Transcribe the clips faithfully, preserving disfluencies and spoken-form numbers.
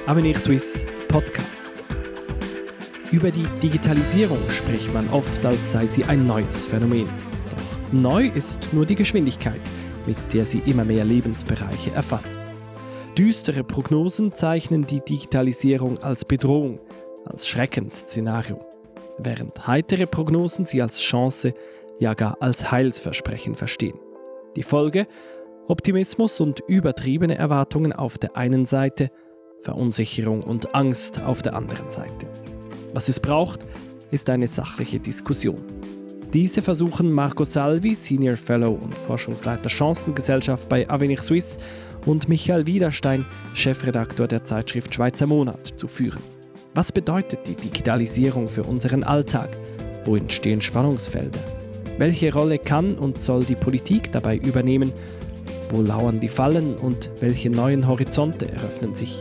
Avenir Suisse Podcast. Über die Digitalisierung spricht man oft, als sei sie ein neues Phänomen. Doch neu ist nur die Geschwindigkeit, mit der sie immer mehr Lebensbereiche erfasst. Düstere Prognosen zeichnen die Digitalisierung als Bedrohung, als Schreckensszenario, während heitere Prognosen sie als Chance, ja gar als Heilsversprechen verstehen. Die Folge? Optimismus und übertriebene Erwartungen auf der einen Seite, Verunsicherung und Angst auf der anderen Seite. Was es braucht, ist eine sachliche Diskussion. Diese versuchen Marco Salvi, Senior Fellow und Forschungsleiter Chancengesellschaft bei Avenir Suisse, und Michael Widerstein, Chefredaktor der Zeitschrift Schweizer Monat, zu führen. Was bedeutet die Digitalisierung für unseren Alltag? Wo entstehen Spannungsfelder? Welche Rolle kann und soll die Politik dabei übernehmen? Wo lauern die Fallen und welche neuen Horizonte eröffnen sich?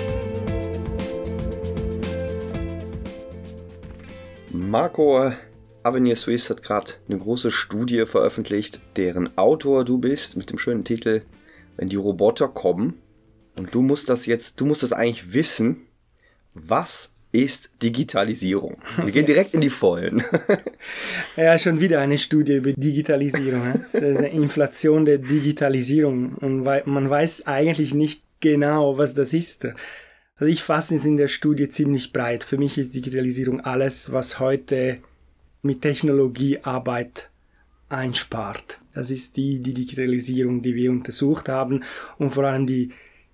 Marco, Avenir Suisse hat gerade eine große Studie veröffentlicht, deren Autor du bist, mit dem schönen Titel "Wenn die Roboter kommen". Und du musst das jetzt, du musst das eigentlich wissen, was ist Digitalisierung? Wir gehen direkt in die Vollen. Ja, schon wieder eine Studie über Digitalisierung. Das ist eine Inflation der Digitalisierung. Und man weiß eigentlich nicht genau, was das ist. Also ich fasse es in der Studie ziemlich breit. Für mich ist Digitalisierung alles, was heute mit Technologie Arbeit einspart. Das ist die, die Digitalisierung, die wir untersucht haben, und vor allem die,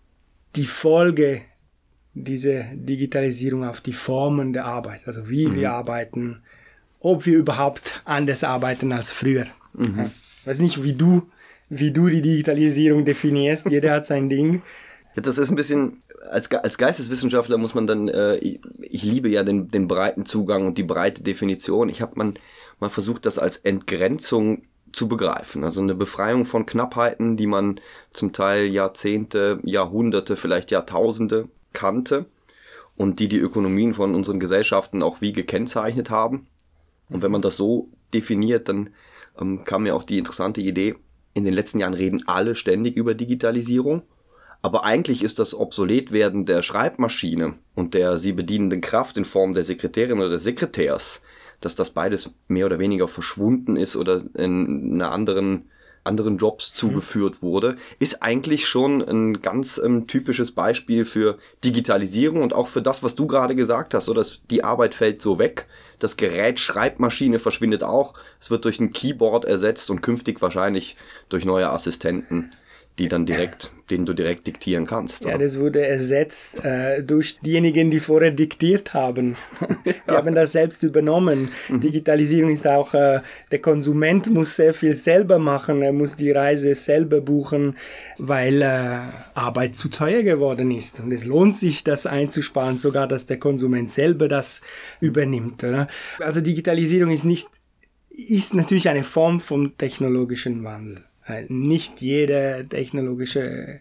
die Folge dieser Digitalisierung auf die Formen der Arbeit, also wie mhm. wir arbeiten, ob wir überhaupt anders arbeiten als früher. Mhm. Ja. Ich weiß nicht, wie du, wie du die Digitalisierung definierst, jeder hat sein Ding. Ja, das ist ein bisschen, als, als Geisteswissenschaftler muss man dann, äh, ich, ich liebe ja den, den breiten Zugang und die breite Definition. Ich habe man mal versucht, das als Entgrenzung zu begreifen. Also eine Befreiung von Knappheiten, die man zum Teil Jahrzehnte, Jahrhunderte, vielleicht Jahrtausende kannte und die die Ökonomien von unseren Gesellschaften auch wie gekennzeichnet haben. Und wenn man das so definiert, dann ähm, kam mir auch die interessante Idee, in den letzten Jahren reden alle ständig über Digitalisierung. Aber eigentlich ist das Obsoletwerden der Schreibmaschine und der sie bedienenden Kraft in Form der Sekretärin oder des Sekretärs, dass das beides mehr oder weniger verschwunden ist oder in einer anderen, anderen Jobs zugeführt wurde, ist eigentlich schon ein ganz ähm, typisches Beispiel für Digitalisierung und auch für das, was du gerade gesagt hast, so dass die Arbeit fällt so weg. Das Gerät Schreibmaschine verschwindet auch. Es wird durch ein Keyboard ersetzt und künftig wahrscheinlich durch neue Assistenten, die dann direkt, denen du direkt diktieren kannst. Oder? Ja, das wurde ersetzt äh, durch diejenigen, die vorher diktiert haben. Die ja. haben das selbst übernommen. Mhm. Digitalisierung ist auch, äh, der Konsument muss sehr viel selber machen, er muss die Reise selber buchen, weil äh, Arbeit zu teuer geworden ist. Und es lohnt sich, das einzusparen, sogar, dass der Konsument selber das übernimmt. Oder? Also Digitalisierung ist nicht, ist natürlich eine Form vom technologischen Wandel. Nicht jeder technologische äh,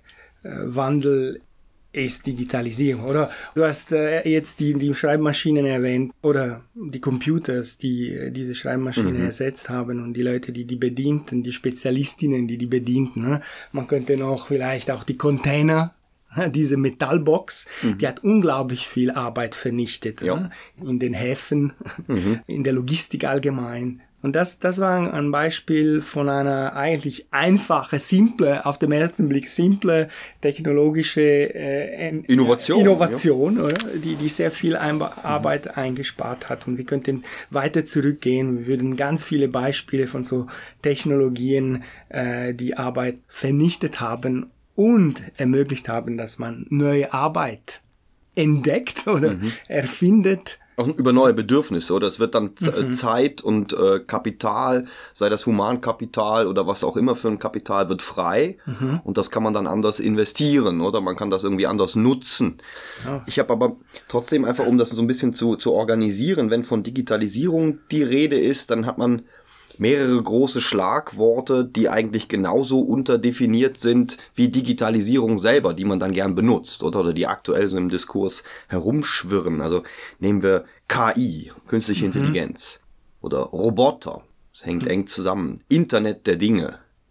Wandel ist Digitalisierung, oder? Du hast äh, jetzt die, die Schreibmaschinen erwähnt oder die Computers, die äh, diese Schreibmaschinen mhm. ersetzt haben und die Leute, die die bedienten, die Spezialistinnen, die die bedienten. Ne? Man könnte noch vielleicht auch die Container, diese Metallbox, mhm. die hat unglaublich viel Arbeit vernichtet. Ne? In den Häfen, mhm. in der Logistik allgemein. Und das, das war ein Beispiel von einer eigentlich einfache, simple, auf den ersten Blick simple technologische äh, Innovation, Innovation ja. oder? Die, die sehr viel Arbeit mhm. eingespart hat. Und wir könnten weiter zurückgehen. Wir würden ganz viele Beispiele von so Technologien, äh, die Arbeit vernichtet haben und ermöglicht haben, dass man neue Arbeit entdeckt oder mhm. erfindet. Auch über neue Bedürfnisse, oder? Es wird dann Z- mhm. Zeit und äh, Kapital, sei das Humankapital oder was auch immer für ein Kapital, wird frei mhm. und das kann man dann anders investieren, oder? Man kann das irgendwie anders nutzen. Ja. Ich habe aber trotzdem einfach, um das so ein bisschen zu, zu organisieren, wenn von Digitalisierung die Rede ist, dann hat man mehrere große Schlagworte, die eigentlich genauso unterdefiniert sind wie Digitalisierung selber, die man dann gern benutzt, oder, oder die aktuell so im Diskurs herumschwirren. Also nehmen wir K I, künstliche mhm. Intelligenz, oder Roboter, das hängt mhm. eng zusammen, Internet der Dinge,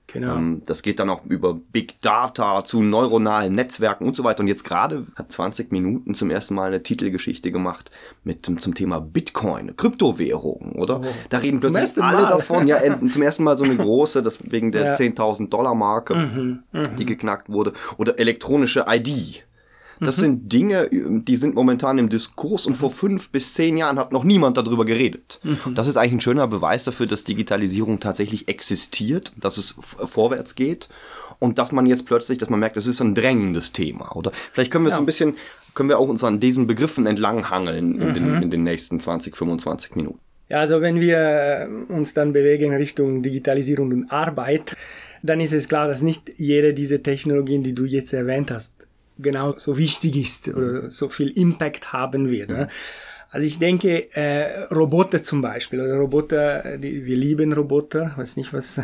Genau. Ähm, das geht dann auch über Big Data zu neuronalen Netzwerken und so weiter. Und jetzt gerade hat zwanzig Minuten zum ersten Mal eine Titelgeschichte gemacht mit zum, zum Thema Bitcoin, Kryptowährung, oder? Oh. Da reden plötzlich alle Mal. davon. Ja, zum ersten Mal so eine große, das wegen der ja. zehntausend Dollar Marke, mhm, die geknackt wurde. Oder elektronische I D. Das mhm. sind Dinge, die sind momentan im Diskurs und vor fünf bis zehn Jahren hat noch niemand darüber geredet. Mhm. Das ist eigentlich ein schöner Beweis dafür, dass Digitalisierung tatsächlich existiert, dass es f- vorwärts geht und dass man jetzt plötzlich, dass man merkt, es ist ein drängendes Thema. Oder vielleicht können wir ja. so ein bisschen, können wir auch uns an diesen Begriffen entlanghangeln in, mhm. den, in den nächsten zwanzig, fünfundzwanzig Minuten. Ja, also wenn wir uns dann bewegen Richtung Digitalisierung und Arbeit, dann ist es klar, dass nicht jede dieser Technologien, die du jetzt erwähnt hast, genau so wichtig ist oder so viel Impact haben wird. Ne? Also ich denke, äh, Roboter zum Beispiel, oder Roboter, die, wir lieben Roboter, weiß nicht was,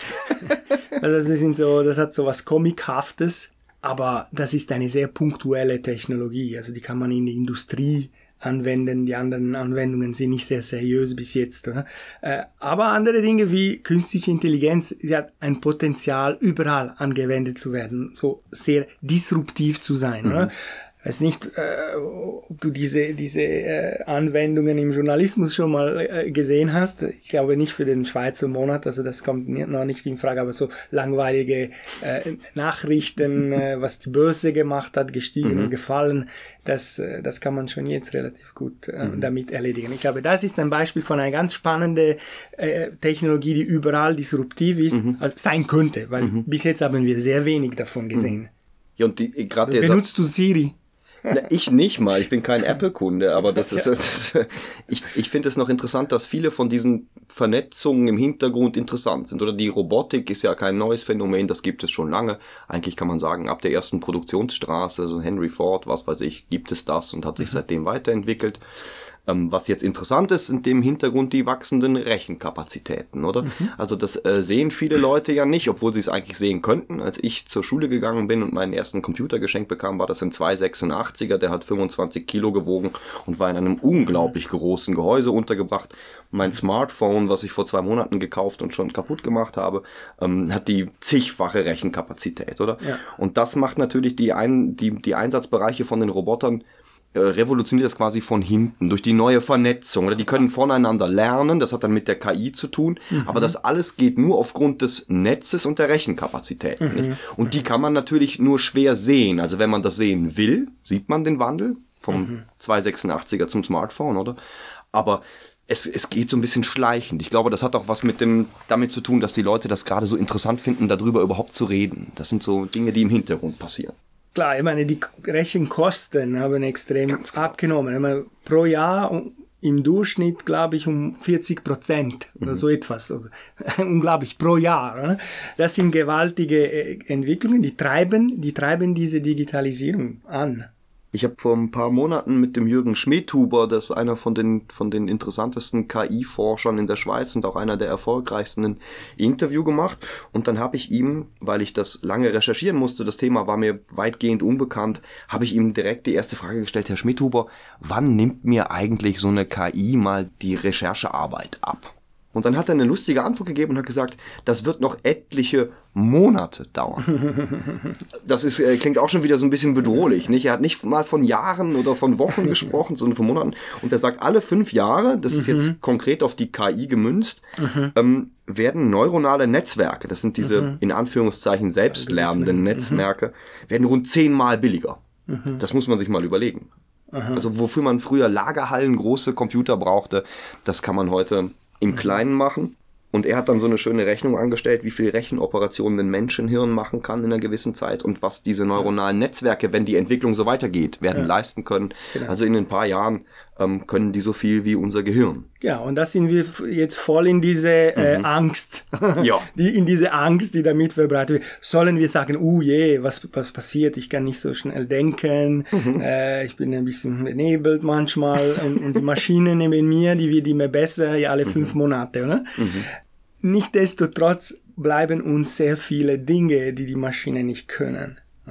also das sind so, das hat so was Comichaftes, aber das ist eine sehr punktuelle Technologie, also die kann man in die Industrie anwenden, die anderen Anwendungen sind nicht sehr seriös bis jetzt. Oder? Äh, aber andere Dinge wie künstliche Intelligenz, sie hat ein Potenzial, überall angewendet zu werden, so sehr disruptiv zu sein. Mhm. Oder? Ich weiß nicht, äh, ob du diese diese äh, Anwendungen im Journalismus schon mal äh, gesehen hast. Ich glaube nicht für den Schweizer Monat, also das kommt noch nicht in Frage, aber so langweilige äh, Nachrichten, äh, was die Börse gemacht hat, gestiegen und mhm. gefallen, das äh, das kann man schon jetzt relativ gut äh, mhm. damit erledigen. Ich glaube, das ist ein Beispiel von einer ganz spannenden äh, Technologie, die überall disruptiv ist, mhm. also sein könnte, weil mhm. bis jetzt haben wir sehr wenig davon gesehen. Mhm. Ja, und die, gerade benutzt du Siri? Na, ich nicht mal, ich bin kein Apple-Kunde, aber das ist, das, ich, ich finde es noch interessant, dass viele von diesen Vernetzungen im Hintergrund interessant sind. Oder die Robotik ist ja kein neues Phänomen, das gibt es schon lange. Eigentlich kann man sagen, ab der ersten Produktionsstraße, also Henry Ford, was weiß ich, gibt es das und hat sich mhm. seitdem weiterentwickelt. Ähm, was jetzt interessant ist, sind im Hintergrund die wachsenden Rechenkapazitäten, oder? Mhm. Also das äh, sehen viele Leute ja nicht, obwohl sie es eigentlich sehen könnten. Als ich zur Schule gegangen bin und meinen ersten Computer geschenkt bekam, war das ein zwei sechsundachtziger, der hat fünfundzwanzig Kilo gewogen und war in einem unglaublich großen Gehäuse untergebracht. Mein Smartphone, was ich vor zwei Monaten gekauft und schon kaputt gemacht habe, ähm, hat die zigfache Rechenkapazität, oder? Ja. Und das macht natürlich die, ein, die, die Einsatzbereiche von den Robotern revolutioniert das quasi von hinten durch die neue Vernetzung. Oder die können voneinander lernen, das hat dann mit der K I zu tun, mhm. aber das alles geht nur aufgrund des Netzes und der Rechenkapazitäten. Mhm. Nicht? Und die kann man natürlich nur schwer sehen. Also wenn man das sehen will, sieht man den Wandel vom mhm. zwei sechsundachtziger zum Smartphone, oder? Aber es, es geht so ein bisschen schleichend. Ich glaube, das hat auch was mit dem damit zu tun, dass die Leute das gerade so interessant finden, darüber überhaupt zu reden. Das sind so Dinge, die im Hintergrund passieren. Klar, ich meine, die Rechenkosten haben extrem Ganz abgenommen. Ich meine, pro Jahr im Durchschnitt, glaube ich, um vierzig Prozent oder mhm. so etwas. Unglaublich, pro Jahr. Oder? Das sind gewaltige Entwicklungen, die treiben, die treiben diese Digitalisierung an. Ich habe vor ein paar Monaten mit dem Jürgen Schmidhuber, das ist einer von den von den interessantesten K I-Forschern in der Schweiz und auch einer der erfolgreichsten, ein Interview gemacht. Und dann habe ich ihm, weil ich das lange recherchieren musste, das Thema war mir weitgehend unbekannt, habe ich ihm direkt die erste Frage gestellt: Herr Schmidhuber, wann nimmt mir eigentlich so eine K I mal die Recherchearbeit ab? Und dann hat er eine lustige Antwort gegeben und hat gesagt, das wird noch etliche Monate dauern. Das ist, äh, klingt auch schon wieder so ein bisschen bedrohlich, nicht? Er hat nicht mal von Jahren oder von Wochen gesprochen, sondern von Monaten. Und er sagt, alle fünf Jahre, das ist jetzt konkret auf die K I gemünzt, ähm, werden neuronale Netzwerke, das sind diese in Anführungszeichen selbstlernenden Netzwerke, werden rund zehnmal billiger. Das muss man sich mal überlegen. Also wofür man früher Lagerhallen, große Computer brauchte, das kann man heute im Kleinen machen. Und er hat dann so eine schöne Rechnung angestellt, wie viel Rechenoperationen ein Menschenhirn machen kann in einer gewissen Zeit und was diese neuronalen Netzwerke, wenn die Entwicklung so weitergeht, werden ja. leisten können. Genau. Also in ein paar Jahren ähm, können die so viel wie unser Gehirn. Ja, und da sind wir jetzt voll in diese äh, mhm. Angst. Ja. die, in diese Angst, die damit verbreitet wird. Sollen wir sagen, oh je, was, was passiert? Ich kann nicht so schnell denken. Mhm. Äh, ich bin ein bisschen benebelt manchmal. und, und die Maschine neben mir, die wird immer besser, ja, alle fünf mhm. Monate, oder? Mhm. Nichtsdestotrotz bleiben uns sehr viele Dinge, die die Maschine nicht können.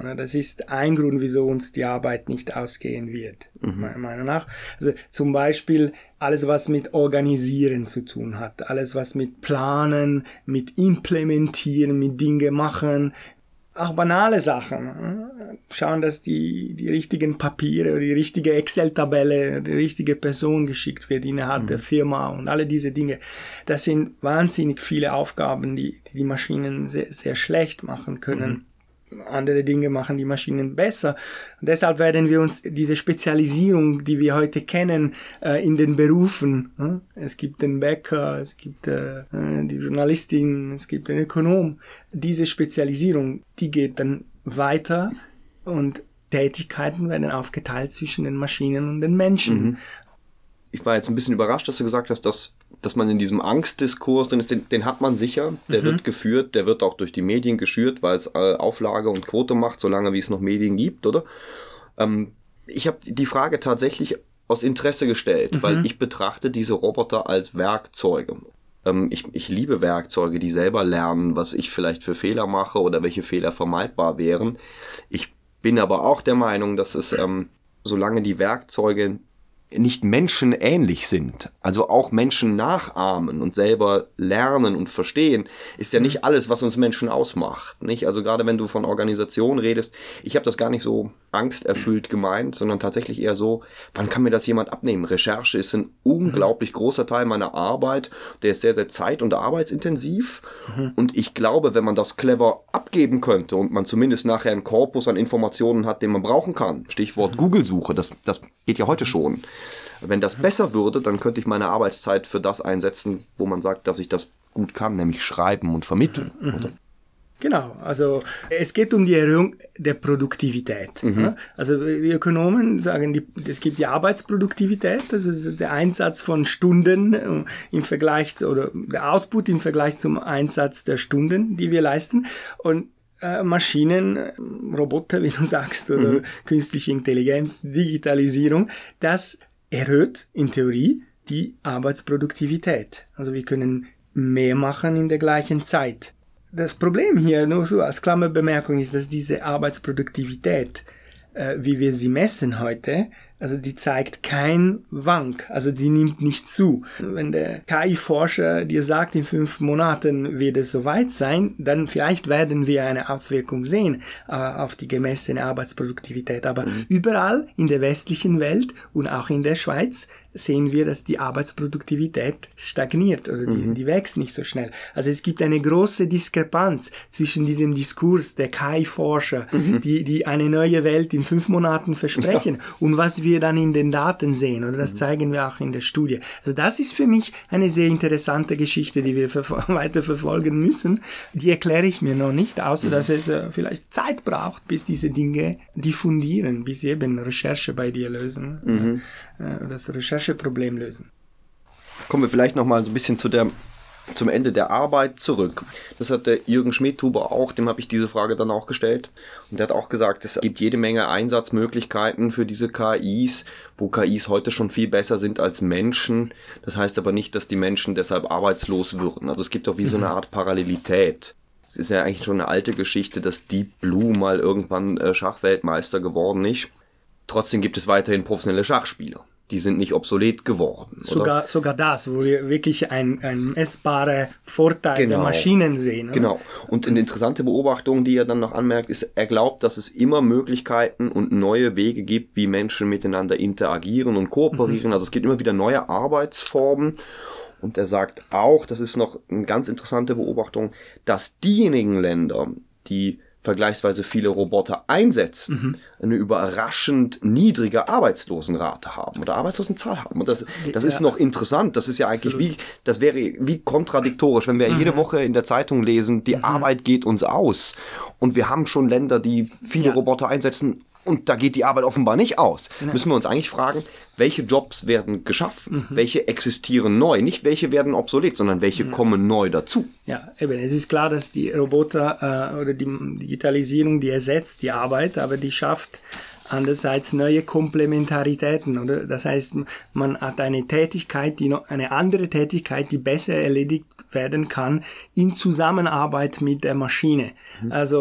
Das ist ein Grund, wieso uns die Arbeit nicht ausgehen wird, mhm. meiner Meinung nach. Also zum Beispiel alles, was mit Organisieren zu tun hat, alles, was mit Planen, mit Implementieren, mit Dinge machen, auch banale Sachen. Schauen, dass die, die richtigen Papiere oder die richtige Excel-Tabelle, die richtige Person geschickt wird innerhalb mhm. der Firma und alle diese Dinge. Das sind wahnsinnig viele Aufgaben, die die, die Maschinen sehr, sehr schlecht machen können. Mhm. Andere Dinge machen die Maschinen besser. Und deshalb werden wir uns diese Spezialisierung, die wir heute kennen, äh, in den Berufen, äh, es gibt den Bäcker, es gibt äh, die Journalistin, es gibt den Ökonom, diese Spezialisierung, die geht dann weiter und Tätigkeiten werden aufgeteilt zwischen den Maschinen und den Menschen. Mhm. Ich war jetzt ein bisschen überrascht, dass du gesagt hast, dass, dass man in diesem Angstdiskurs, den, den hat man sicher, der mhm. wird geführt, der wird auch durch die Medien geschürt, weil es äh, Auflage und Quote macht, solange wie es noch Medien gibt, oder? Ähm, ich habe die Frage tatsächlich aus Interesse gestellt, mhm. weil ich betrachte diese Roboter als Werkzeuge. Ähm, ich, ich liebe Werkzeuge, die selber lernen, was ich vielleicht für Fehler mache oder welche Fehler vermeidbar wären. Ich bin aber auch der Meinung, dass es, ähm, solange die Werkzeuge nicht menschenähnlich sind, also auch Menschen nachahmen und selber lernen und verstehen, ist ja nicht alles, was uns Menschen ausmacht, nicht? Also gerade wenn du von Organisation redest, ich habe das gar nicht so angsterfüllt gemeint, sondern tatsächlich eher so, wann kann mir das jemand abnehmen? Recherche ist ein unglaublich großer Teil meiner Arbeit, der ist sehr, sehr zeit- und arbeitsintensiv mhm. und ich glaube, wenn man das clever abgeben könnte und man zumindest nachher einen Korpus an Informationen hat, den man brauchen kann, Stichwort mhm. Google-Suche, das, das geht ja heute schon. Wenn das besser würde, dann könnte ich meine Arbeitszeit für das einsetzen, wo man sagt, dass ich das gut kann, nämlich schreiben und vermitteln. Mhm. Oder? Genau, also es geht um die Erhöhung der Produktivität. Mhm. Also wir Ökonomen sagen, die, es gibt die Arbeitsproduktivität, das ist der Einsatz von Stunden im Vergleich zu, oder der Output im Vergleich zum Einsatz der Stunden, die wir leisten. Und äh, Maschinen, Roboter, wie du sagst, oder mhm. künstliche Intelligenz, Digitalisierung, das erhöht in Theorie die Arbeitsproduktivität. Also wir können mehr machen in der gleichen Zeit. Das Problem hier, nur so als Klammerbemerkung, ist, dass diese Arbeitsproduktivität, äh, wie wir sie messen heute, also die zeigt kein Wank, also sie nimmt nicht zu. Wenn der K I-Forscher dir sagt, in fünf Monaten wird es soweit sein, dann vielleicht werden wir eine Auswirkung sehen äh, auf die gemessene Arbeitsproduktivität. Aber mhm. überall in der westlichen Welt und auch in der Schweiz sehen wir, dass die Arbeitsproduktivität stagniert oder die, mhm. die wächst nicht so schnell. Also es gibt eine große Diskrepanz zwischen diesem Diskurs der K I-Forscher, mhm. die, die eine neue Welt in fünf Monaten versprechen ja. und was wir dann in den Daten sehen, oder das mhm. zeigen wir auch in der Studie. Also das ist für mich eine sehr interessante Geschichte, die wir ver- weiter verfolgen müssen. Die erkläre ich mir noch nicht, außer mhm. dass es äh, vielleicht Zeit braucht, bis diese Dinge diffundieren, bis sie eben Recherche bei dir lösen, mhm. äh, das Rechercheproblem lösen. Kommen wir vielleicht noch mal so ein bisschen zu der zum Ende der Arbeit zurück. Das hat der Jürgen Schmidhuber auch, dem habe ich diese Frage dann auch gestellt. Und der hat auch gesagt, es gibt jede Menge Einsatzmöglichkeiten für diese K Is, wo K Is heute schon viel besser sind als Menschen. Das heißt aber nicht, dass die Menschen deshalb arbeitslos würden. Also es gibt auch wie so eine Art Parallelität. Es ist ja eigentlich schon eine alte Geschichte, dass Deep Blue mal irgendwann äh, Schachweltmeister geworden ist. Trotzdem gibt es weiterhin professionelle Schachspieler. Die sind nicht obsolet geworden. Sogar, oder? sogar das, wo wir wirklich einen ein messbaren Vorteil genau. der Maschinen sehen. Oder? Genau. Und eine interessante Beobachtung, die er dann noch anmerkt, ist, er glaubt, dass es immer Möglichkeiten und neue Wege gibt, wie Menschen miteinander interagieren und kooperieren. Mhm. Also es gibt immer wieder neue Arbeitsformen. Und er sagt auch, das ist noch eine ganz interessante Beobachtung, dass diejenigen Länder, die vergleichsweise viele Roboter einsetzen, mhm. eine überraschend niedrige Arbeitslosenrate haben oder Arbeitslosenzahl haben. Und das, das ja. ist noch interessant. Das ist ja eigentlich Absolut. wie, das wäre wie kontradiktorisch, wenn wir mhm. jede Woche in der Zeitung lesen, die mhm. Arbeit geht uns aus. Und wir haben schon Länder, die viele ja. Roboter einsetzen und da geht die Arbeit offenbar nicht aus. Genau. Müssen wir uns eigentlich fragen, welche Jobs werden geschaffen? Mhm. Welche existieren neu? Nicht welche werden obsolet, sondern welche ja. kommen neu dazu? Ja, eben. Es ist klar, dass die Roboter äh, oder die Digitalisierung, die ersetzt die Arbeit, aber die schafft andererseits neue Komplementaritäten, oder? Das heißt, man hat eine Tätigkeit, die noch, eine andere Tätigkeit, die besser erledigt werden kann in Zusammenarbeit mit der Maschine. Mhm. Also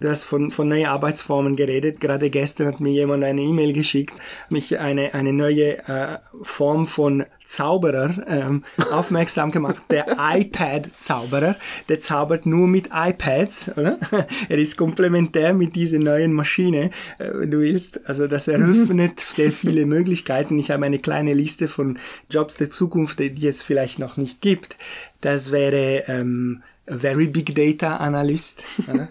Du hast von, von neuen Arbeitsformen geredet. Gerade gestern hat mir jemand eine E-Mail geschickt, mich eine, eine neue äh, Form von Zauberer ähm, aufmerksam gemacht. Der iPad-Zauberer, der zaubert nur mit iPads, oder? Er ist komplementär mit dieser neuen Maschine, äh, wenn du willst. Also das eröffnet sehr viele Möglichkeiten. Ich habe eine kleine Liste von Jobs der Zukunft, die es vielleicht noch nicht gibt. Das wäre ähm, Very Big Data Analyst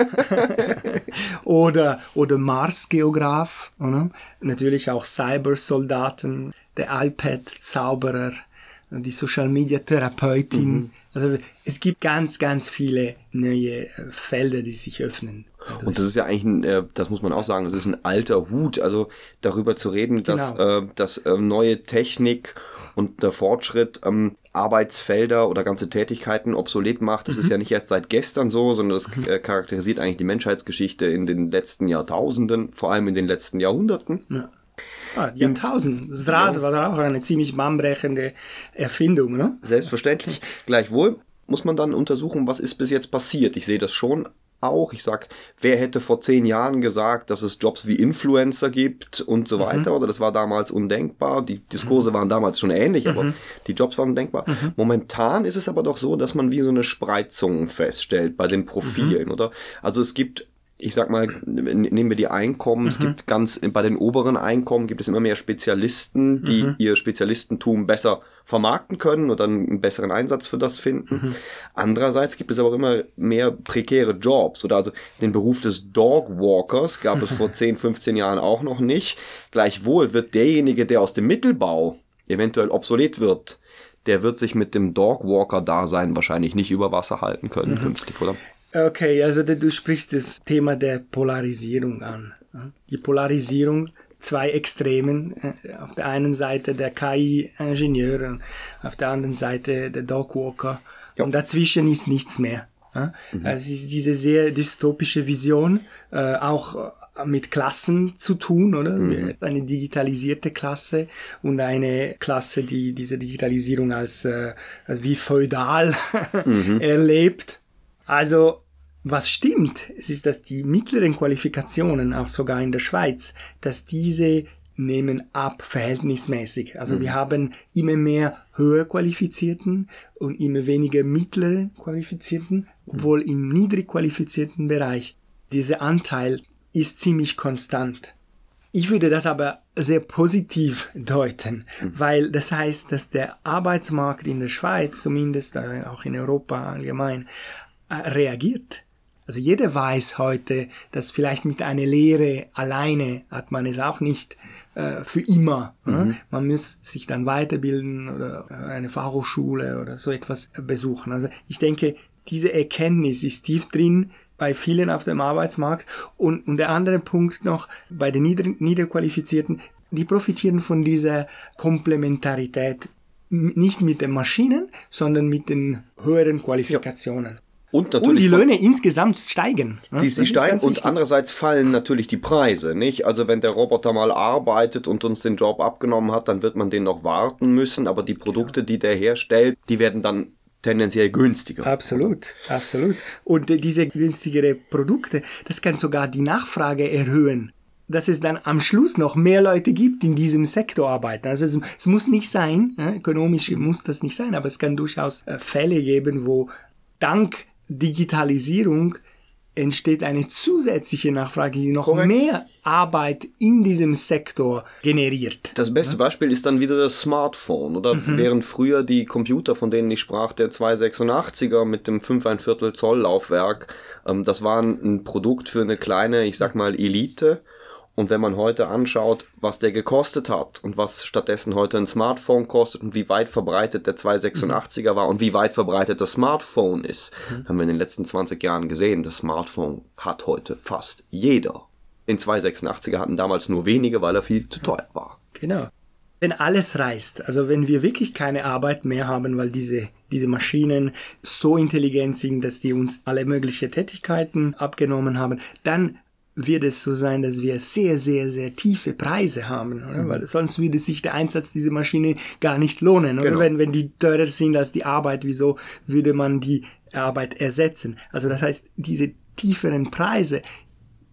oder, oder Mars-Geograf, oder? Natürlich auch Cybersoldaten, der iPad-Zauberer, die Social-Media-Therapeutin. Mhm. Also es gibt ganz, ganz viele neue Felder, die sich öffnen. Dadurch. Und das ist ja eigentlich, ein, das muss man auch sagen, das ist ein alter Hut, also darüber zu reden, genau. dass, äh, dass äh, neue Technik und der Fortschritt ähm, Arbeitsfelder oder ganze Tätigkeiten obsolet macht. Das mhm. ist ja nicht erst seit gestern so, sondern das mhm. äh, charakterisiert eigentlich die Menschheitsgeschichte in den letzten Jahrtausenden, vor allem in den letzten Jahrhunderten. Ja. Ah, Jahrtausend. Das Rad ja. war auch eine ziemlich bahnbrechende Erfindung, ne? Selbstverständlich. Gleichwohl muss man dann untersuchen, was ist bis jetzt passiert. Ich sehe das schon auch. Ich sag, wer hätte vor zehn Jahren gesagt, dass es Jobs wie Influencer gibt und so mhm. weiter, oder das war damals undenkbar. Die Diskurse mhm. waren damals schon ähnlich, aber mhm. die Jobs waren undenkbar. Mhm. Momentan ist es aber doch so, dass man wie so eine Spreizung feststellt bei den Profilen, mhm. oder? Also es gibt, ich sag mal, nehmen wir die Einkommen, mhm. es gibt ganz, bei den oberen Einkommen gibt es immer mehr Spezialisten, die mhm. ihr Spezialistentum besser vermarkten können oder einen besseren Einsatz für das finden. Mhm. Andererseits gibt es aber auch immer mehr prekäre Jobs oder also den Beruf des Dogwalkers gab es vor zehn, fünfzehn Jahren auch noch nicht. Gleichwohl wird derjenige, der aus dem Mittelbau eventuell obsolet wird, der wird sich mit dem Dogwalker-Dasein wahrscheinlich nicht über Wasser halten können mhm. künftig, oder? Okay, also du sprichst das Thema der Polarisierung an. Die Polarisierung, zwei Extremen, auf der einen Seite der K I-Ingenieur und auf der anderen Seite der Dogwalker. Ja. Und dazwischen ist nichts mehr. Mhm. Also es ist diese sehr dystopische Vision, auch mit Klassen zu tun, oder? Mhm. Eine digitalisierte Klasse und eine Klasse, die diese Digitalisierung als, als wie feudal mhm. erlebt. Also, was stimmt, es ist, dass die mittleren Qualifikationen, auch sogar in der Schweiz, dass diese nehmen ab verhältnismäßig. Also mhm. wir haben immer mehr höher Qualifizierten und immer weniger mittlere Qualifizierten, obwohl im niedrig qualifizierten Bereich dieser Anteil ist ziemlich konstant. Ich würde das aber sehr positiv deuten, mhm. weil das heißt, dass der Arbeitsmarkt in der Schweiz, zumindest auch in Europa allgemein, reagiert. Also jeder weiß heute, dass vielleicht mit einer Lehre alleine hat man es auch nicht äh, für immer. Mhm. Ne? Man muss sich dann weiterbilden oder eine Fachhochschule oder so etwas besuchen. Also ich denke, diese Erkenntnis ist tief drin bei vielen auf dem Arbeitsmarkt. Und, und der andere Punkt noch, bei den Nieder- Niederqualifizierten, die profitieren von dieser Komplementarität, nicht mit den Maschinen, sondern mit den höheren Qualifikationen. Ja. Und, natürlich und die Löhne von, insgesamt steigen. Ne? Die, die steigen und wichtig. Andererseits fallen natürlich die Preise, nicht? Also wenn der Roboter mal arbeitet und uns den Job abgenommen hat, dann wird man den noch warten müssen, aber die Produkte, genau. die der herstellt, die werden dann tendenziell günstiger. Absolut, absolut. Und äh, diese günstigere Produkte, das kann sogar die Nachfrage erhöhen. Dass es dann am Schluss noch mehr Leute gibt, die in diesem Sektor arbeiten. Also es, es muss nicht sein, äh, ökonomisch muss das nicht sein, aber es kann durchaus äh, Fälle geben, wo dank Digitalisierung entsteht eine zusätzliche Nachfrage, die noch Korrekt. mehr Arbeit in diesem Sektor generiert. Das beste ja? Beispiel ist dann wieder das Smartphone, oder? Mhm. Während früher die Computer, von denen ich sprach, der zweihundertsechsundachtziger mit dem fünf Komma fünf Zoll Laufwerk, ähm, das war ein Produkt für eine kleine, ich sag mal, Elite. Und wenn man heute anschaut, was der gekostet hat und was stattdessen heute ein Smartphone kostet und wie weit verbreitet der zweihundertsechsundachtziger mhm. war und wie weit verbreitet das Smartphone ist, mhm. haben wir in den letzten zwanzig Jahren gesehen, das Smartphone hat heute fast jeder. Den zweihundertsechsundachtziger hatten damals nur wenige, weil er viel zu teuer war. Genau. Wenn alles reißt, also wenn wir wirklich keine Arbeit mehr haben, weil diese, diese Maschinen so intelligent sind, dass die uns alle möglichen Tätigkeiten abgenommen haben, dann wird es so sein, dass wir sehr, sehr, sehr tiefe Preise haben, oder? Mhm. Weil sonst würde sich der Einsatz dieser Maschine gar nicht lohnen, oder? Genau. Wenn, wenn die teurer sind als die Arbeit, wieso würde man die Arbeit ersetzen? Also das heißt, diese tieferen Preise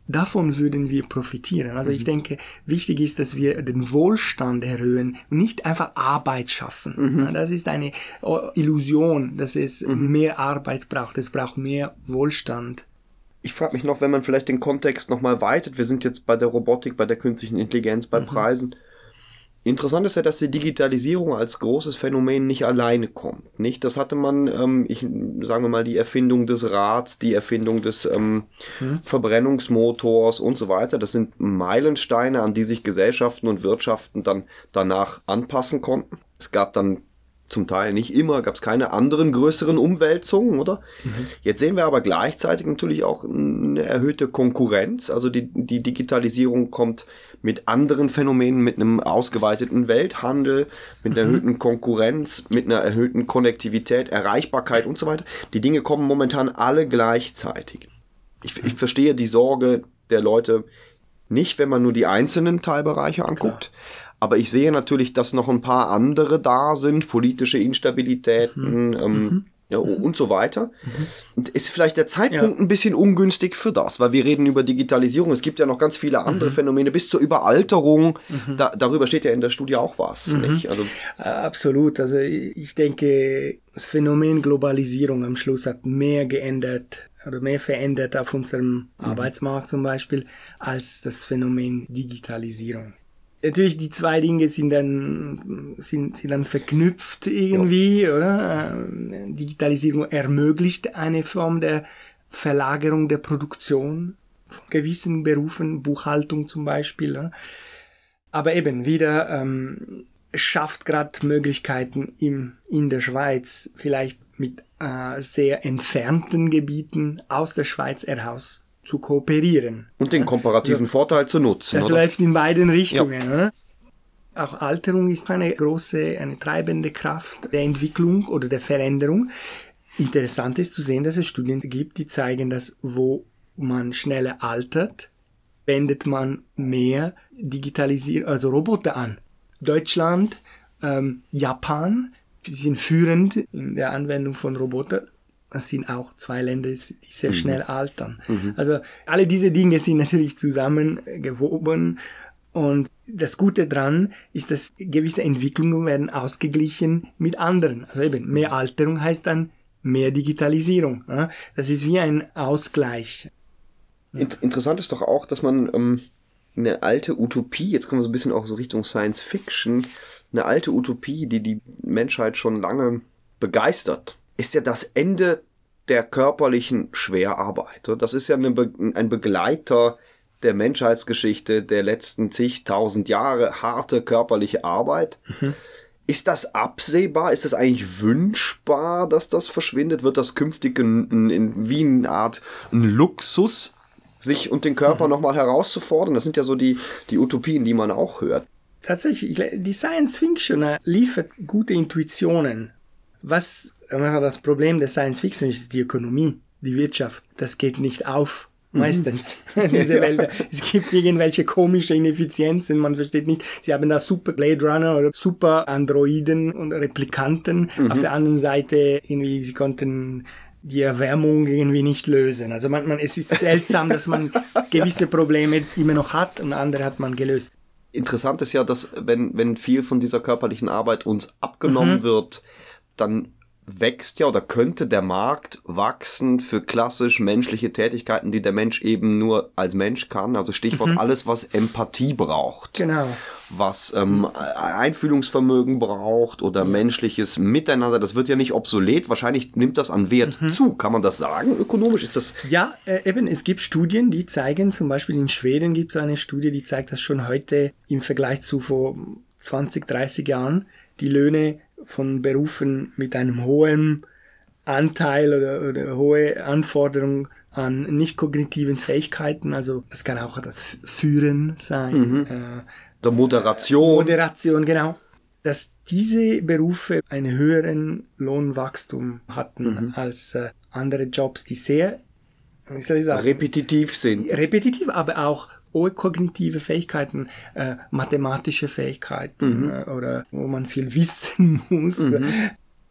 davon würden wir profitieren. Also mhm. ich denke, wichtig ist, dass wir den Wohlstand erhöhen und nicht einfach Arbeit schaffen. Mhm. Das ist eine Illusion, dass es mhm. mehr Arbeit braucht. Es braucht mehr Wohlstand. Ich frage mich noch, wenn man vielleicht den Kontext nochmal weitet, wir sind jetzt bei der Robotik, bei der künstlichen Intelligenz, bei mhm. Preisen. Interessant ist ja, dass die Digitalisierung als großes Phänomen nicht alleine kommt. Nicht? Das hatte man, ähm, ich sagen wir mal, die Erfindung des Rads, die Erfindung des ähm, hm. Verbrennungsmotors und so weiter. Das sind Meilensteine, an die sich Gesellschaften und Wirtschaften dann danach anpassen konnten. Es gab dann zum Teil nicht immer, gab es keine anderen größeren Umwälzungen, oder? Mhm. Jetzt sehen wir aber gleichzeitig natürlich auch eine erhöhte Konkurrenz. Also die, die Digitalisierung kommt mit anderen Phänomenen, mit einem ausgeweiteten Welthandel, mit einer mhm. erhöhten Konkurrenz, mit einer erhöhten Konnektivität, Erreichbarkeit und so weiter. Die Dinge kommen momentan alle gleichzeitig. Ich, ich verstehe die Sorge der Leute nicht, wenn man nur die einzelnen Teilbereiche anguckt. Klar. Aber ich sehe natürlich, dass noch ein paar andere da sind, politische Instabilitäten mhm. ähm, mhm. Ja, und so weiter. Mhm. Und ist vielleicht der Zeitpunkt ja. ein bisschen ungünstig für das, weil wir reden über Digitalisierung. Es gibt ja noch ganz viele andere mhm. Phänomene, bis zur Überalterung. Mhm. Da, darüber steht ja in der Studie auch was. Mhm. Nicht? Also, absolut. Also ich denke, das Phänomen Globalisierung am Schluss hat mehr geändert oder mehr verändert auf unserem mhm. Arbeitsmarkt zum Beispiel, als das Phänomen Digitalisierung. Natürlich, die zwei Dinge sind dann, sind, sind dann verknüpft irgendwie, ja. oder? Digitalisierung ermöglicht eine Form der Verlagerung der Produktion von gewissen Berufen, Buchhaltung zum Beispiel. Oder? Aber eben wieder ähm, schafft gerade Möglichkeiten im, in der Schweiz, vielleicht mit äh, sehr entfernten Gebieten aus der Schweiz heraus zu kooperieren. Und den komparativen also, Vorteil zu nutzen. Das oder? Läuft in beiden Richtungen. Ja. Oder? Auch Alterung ist eine große, eine treibende Kraft der Entwicklung oder der Veränderung. Interessant ist zu sehen, dass es Studien gibt, die zeigen, dass wo man schneller altert, wendet man mehr Digitalisier- also Roboter an. Deutschland, ähm, Japan, die sind führend in der Anwendung von Robotern. Es sind auch zwei Länder, die sehr schnell mhm. altern. Mhm. Also alle diese Dinge sind natürlich zusammengewoben. Und das Gute dran ist, dass gewisse Entwicklungen werden ausgeglichen mit anderen. Also eben mehr Alterung heißt dann mehr Digitalisierung. Das ist wie ein Ausgleich. Interessant ist doch auch, dass man ähm, eine alte Utopie, jetzt kommen wir so ein bisschen auch so Richtung Science Fiction, eine alte Utopie, die die Menschheit schon lange begeistert, ist ja das Ende der körperlichen Schwerarbeit. Das ist ja eine Be- ein Begleiter der Menschheitsgeschichte der letzten zigtausend Jahre, harte körperliche Arbeit. Mhm. Ist das absehbar? Ist das eigentlich wünschbar, dass das verschwindet? Wird das künftig in, in, wie eine Art ein Luxus, sich und den Körper mhm. nochmal herauszufordern? Das sind ja so die, die Utopien, die man auch hört. Tatsächlich, die Science Fiction liefert gute Intuitionen. Was das Problem der Science Fiction ist, die Ökonomie, die Wirtschaft. Das geht nicht auf, meistens, mhm. diese Welt. Es gibt irgendwelche komische Ineffizienzen, man versteht nicht. Sie haben da super Blade Runner oder super Androiden und Replikanten. Mhm. Auf der anderen Seite, irgendwie, sie konnten die Erwärmung irgendwie nicht lösen. Also man, man, es ist seltsam, dass man gewisse Probleme immer noch hat und andere hat man gelöst. Interessant ist ja, dass wenn, wenn viel von dieser körperlichen Arbeit uns abgenommen mhm. wird, dann wächst ja oder könnte der Markt wachsen für klassisch menschliche Tätigkeiten, die der Mensch eben nur als Mensch kann. Also Stichwort mhm. alles, was Empathie braucht. Genau. Was ähm, Einfühlungsvermögen braucht oder ja. menschliches Miteinander. Das wird ja nicht obsolet. Wahrscheinlich nimmt das an Wert mhm. zu. Kann man das sagen? Ökonomisch ist das... Ja, äh, eben. Es gibt Studien, die zeigen, zum Beispiel in Schweden gibt es eine Studie, die zeigt, dass schon heute im Vergleich zu vor zwanzig, dreißig Jahren die Löhne von Berufen mit einem hohen Anteil oder, oder hohe Anforderungen an nicht kognitiven Fähigkeiten, also das kann auch das Führen sein. Mhm. Äh, der Moderation. Moderation, genau. Dass diese Berufe einen höheren Lohnwachstum hatten mhm. als äh, andere Jobs, die sehr, wie soll ich sagen, repetitiv sind. Repetitiv, aber auch hohe kognitive Fähigkeiten, äh, mathematische Fähigkeiten mhm. äh, oder wo man viel wissen muss. Mhm.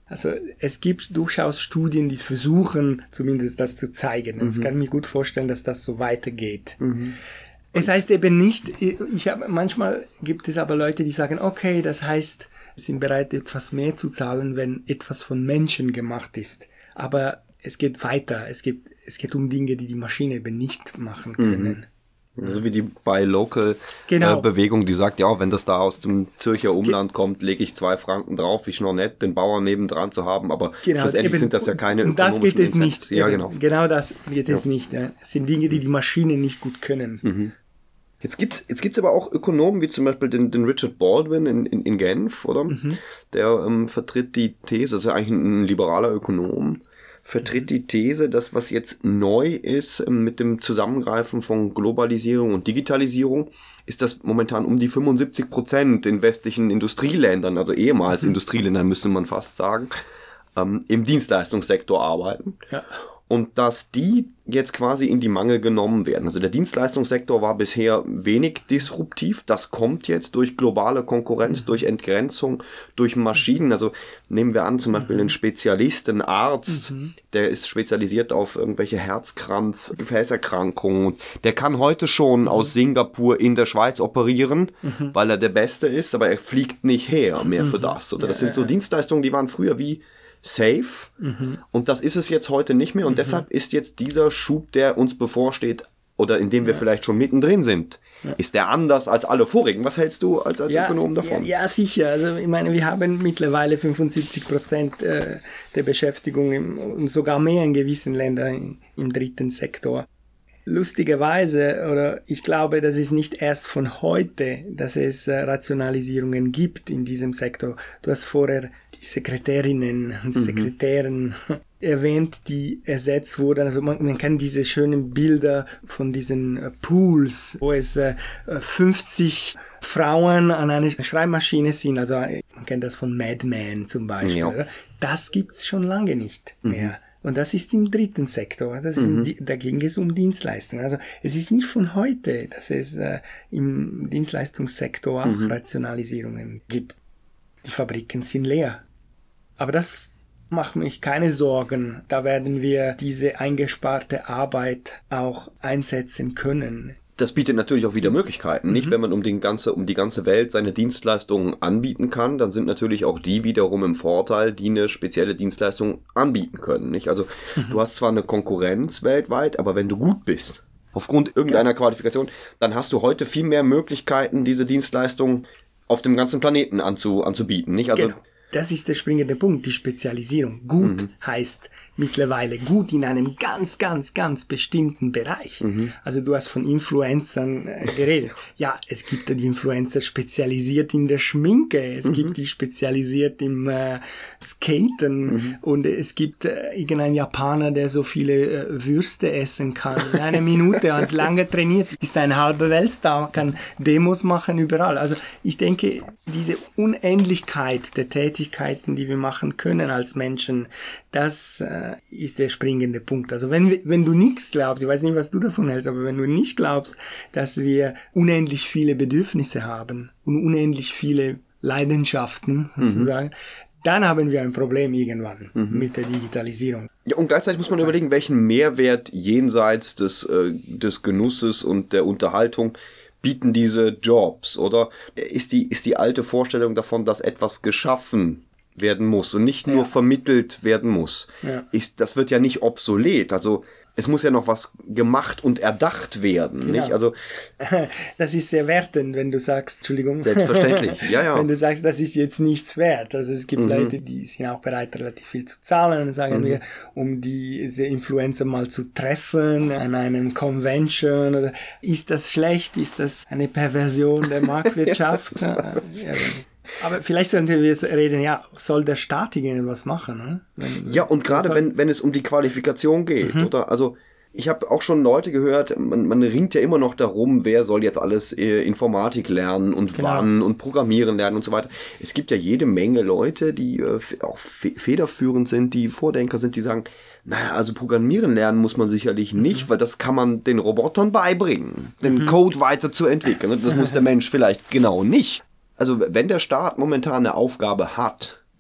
Also es gibt durchaus Studien, die versuchen, zumindest das zu zeigen. Das mhm. kann ich mir gut vorstellen, dass das so weitergeht. Mhm. Es heißt eben nicht, ich habe, manchmal gibt es aber Leute, die sagen, okay, das heißt, wir sind bereit, etwas mehr zu zahlen, wenn etwas von Menschen gemacht ist. Aber es geht weiter. Es geht, es geht um Dinge, die die Maschine eben nicht machen können. Mhm. Also wie die Buy Local genau. äh, Bewegung, die sagt, ja, wenn das da aus dem Zürcher Umland Ge- kommt, lege ich zwei Franken drauf, ist noch nett, den Bauern nebendran zu haben, aber genau, schlussendlich eben, sind das ja keine und das geht es nicht. Ja, eben, genau. Genau das geht ja. es nicht. Ja. Es sind Dinge, die die Maschine nicht gut können. Mhm. Jetzt gibt's jetzt gibt's aber auch Ökonomen, wie zum Beispiel den, den Richard Baldwin in, in, in Genf, oder? Mhm. Der ähm, vertritt die These, also eigentlich ein, ein liberaler Ökonom, vertritt die These, dass was jetzt neu ist ähm, mit dem Zusammengreifen von Globalisierung und Digitalisierung, ist, dass momentan um die fünfundsiebzig Prozent in westlichen Industrieländern, also ehemals mhm. Industrieländern müsste man fast sagen, ähm, im Dienstleistungssektor arbeiten. Ja. Und dass die jetzt quasi in die Mangel genommen werden. Also der Dienstleistungssektor war bisher wenig disruptiv. Das kommt jetzt durch globale Konkurrenz, mhm. durch Entgrenzung, durch Maschinen. Also nehmen wir an, zum Beispiel einen Spezialist, einen Arzt, mhm. der ist spezialisiert auf irgendwelche Herzkranz, Gefäßerkrankungen. Der kann heute schon mhm. aus Singapur in der Schweiz operieren, mhm. weil er der Beste ist, aber er fliegt nicht her mehr mhm. für das. Oder das sind so Dienstleistungen, die waren früher wie safe mhm. und das ist es jetzt heute nicht mehr und mhm. deshalb ist jetzt dieser Schub, der uns bevorsteht oder in dem wir ja. vielleicht schon mittendrin sind, ja. ist der anders als alle vorigen. Was hältst du als, als ja, Ökonom davon? Ja, ja, sicher. Also ich meine, wir haben mittlerweile fünfundsiebzig Prozent äh, der Beschäftigung im, und sogar mehr in gewissen Ländern im, im dritten Sektor. Lustigerweise, oder ich glaube, das ist nicht erst von heute, dass es äh, Rationalisierungen gibt in diesem Sektor. Du hast vorher die Sekretärinnen und mhm. Sekretären erwähnt, die ersetzt wurden. Also man, man kann diese schönen Bilder von diesen äh, Pools, wo es äh, fünfzig Frauen an einer Schreibmaschine sind. Also man kennt das von Mad Men zum Beispiel. Ja. Das gibt's schon lange nicht mhm. mehr. Und das ist im dritten Sektor. Das ist mhm. im, da ging es um Dienstleistungen. Also es ist nicht von heute, dass es äh, im Dienstleistungssektor auch mhm. Rationalisierungen gibt. Die Fabriken sind leer. Aber das macht mich keine Sorgen. Da werden wir diese eingesparte Arbeit auch einsetzen können. Das bietet natürlich auch wieder Möglichkeiten, nicht? Mhm. Wenn man um, den ganze, um die ganze Welt seine Dienstleistungen anbieten kann, dann sind natürlich auch die wiederum im Vorteil, die eine spezielle Dienstleistung anbieten können, nicht? Also mhm. du hast zwar eine Konkurrenz weltweit, aber wenn du gut bist, aufgrund irgendeiner ja. Qualifikation, dann hast du heute viel mehr Möglichkeiten, diese Dienstleistung auf dem ganzen Planeten anzu, anzubieten, nicht? Also genau. Das ist der springende Punkt, die Spezialisierung. Gut mhm. heißt mittlerweile gut in einem ganz, ganz, ganz bestimmten Bereich. Mhm. Also du hast von Influencern äh, geredet. Ja, es gibt ja die Influencer spezialisiert in der Schminke, es mhm. gibt die spezialisiert im äh, Skaten mhm. und es gibt äh, irgendeinen Japaner, der so viele äh, Würste essen kann in einer Minute und lange trainiert, ist ein halber Weltstar, kann Demos machen überall. Also ich denke, diese Unendlichkeit der Tätigkeiten, die wir machen können als Menschen, das äh, ist der springende Punkt. Also wenn, wenn du nichts glaubst, ich weiß nicht, was du davon hältst, aber wenn du nicht glaubst, dass wir unendlich viele Bedürfnisse haben und unendlich viele Leidenschaften sozusagen, mhm. dann haben wir ein Problem irgendwann mhm. mit der Digitalisierung. Ja, und gleichzeitig muss man überlegen, welchen Mehrwert jenseits des, äh, des Genusses und der Unterhaltung bieten diese Jobs, oder ist die, ist die alte Vorstellung davon, dass etwas geschaffen werden muss und nicht nur ja. vermittelt werden muss, ja. ist, das wird ja nicht obsolet, also es muss ja noch was gemacht und erdacht werden, genau. nicht? Also das ist sehr wertend, wenn du sagst, Entschuldigung. Selbstverständlich, ja, ja. Wenn du sagst, das ist jetzt nichts wert. Also es gibt mhm. Leute, die sind auch bereit, relativ viel zu zahlen, sagen mhm. wir, um diese Influencer mal zu treffen an einem Convention. Oder ist das schlecht? Ist das eine Perversion der Marktwirtschaft? ja, aber vielleicht sollten wir jetzt reden, ja, soll der Staat irgendwas machen? Ne? Wenn, ja, und gerade wenn, wenn es um die Qualifikation geht, mhm. oder? Also ich habe auch schon Leute gehört, man, man ringt ja immer noch darum, wer soll jetzt alles äh, Informatik lernen und genau. wann und Programmieren lernen und so weiter. Es gibt ja jede Menge Leute, die äh, auch fe- federführend sind, die Vordenker sind, die sagen, naja, also Programmieren lernen muss man sicherlich nicht, mhm. weil das kann man den Robotern beibringen, den mhm. Code weiterzuentwickeln. Das muss der Mensch vielleicht genau nicht. Also wenn der Staat momentan eine Aufgabe hat,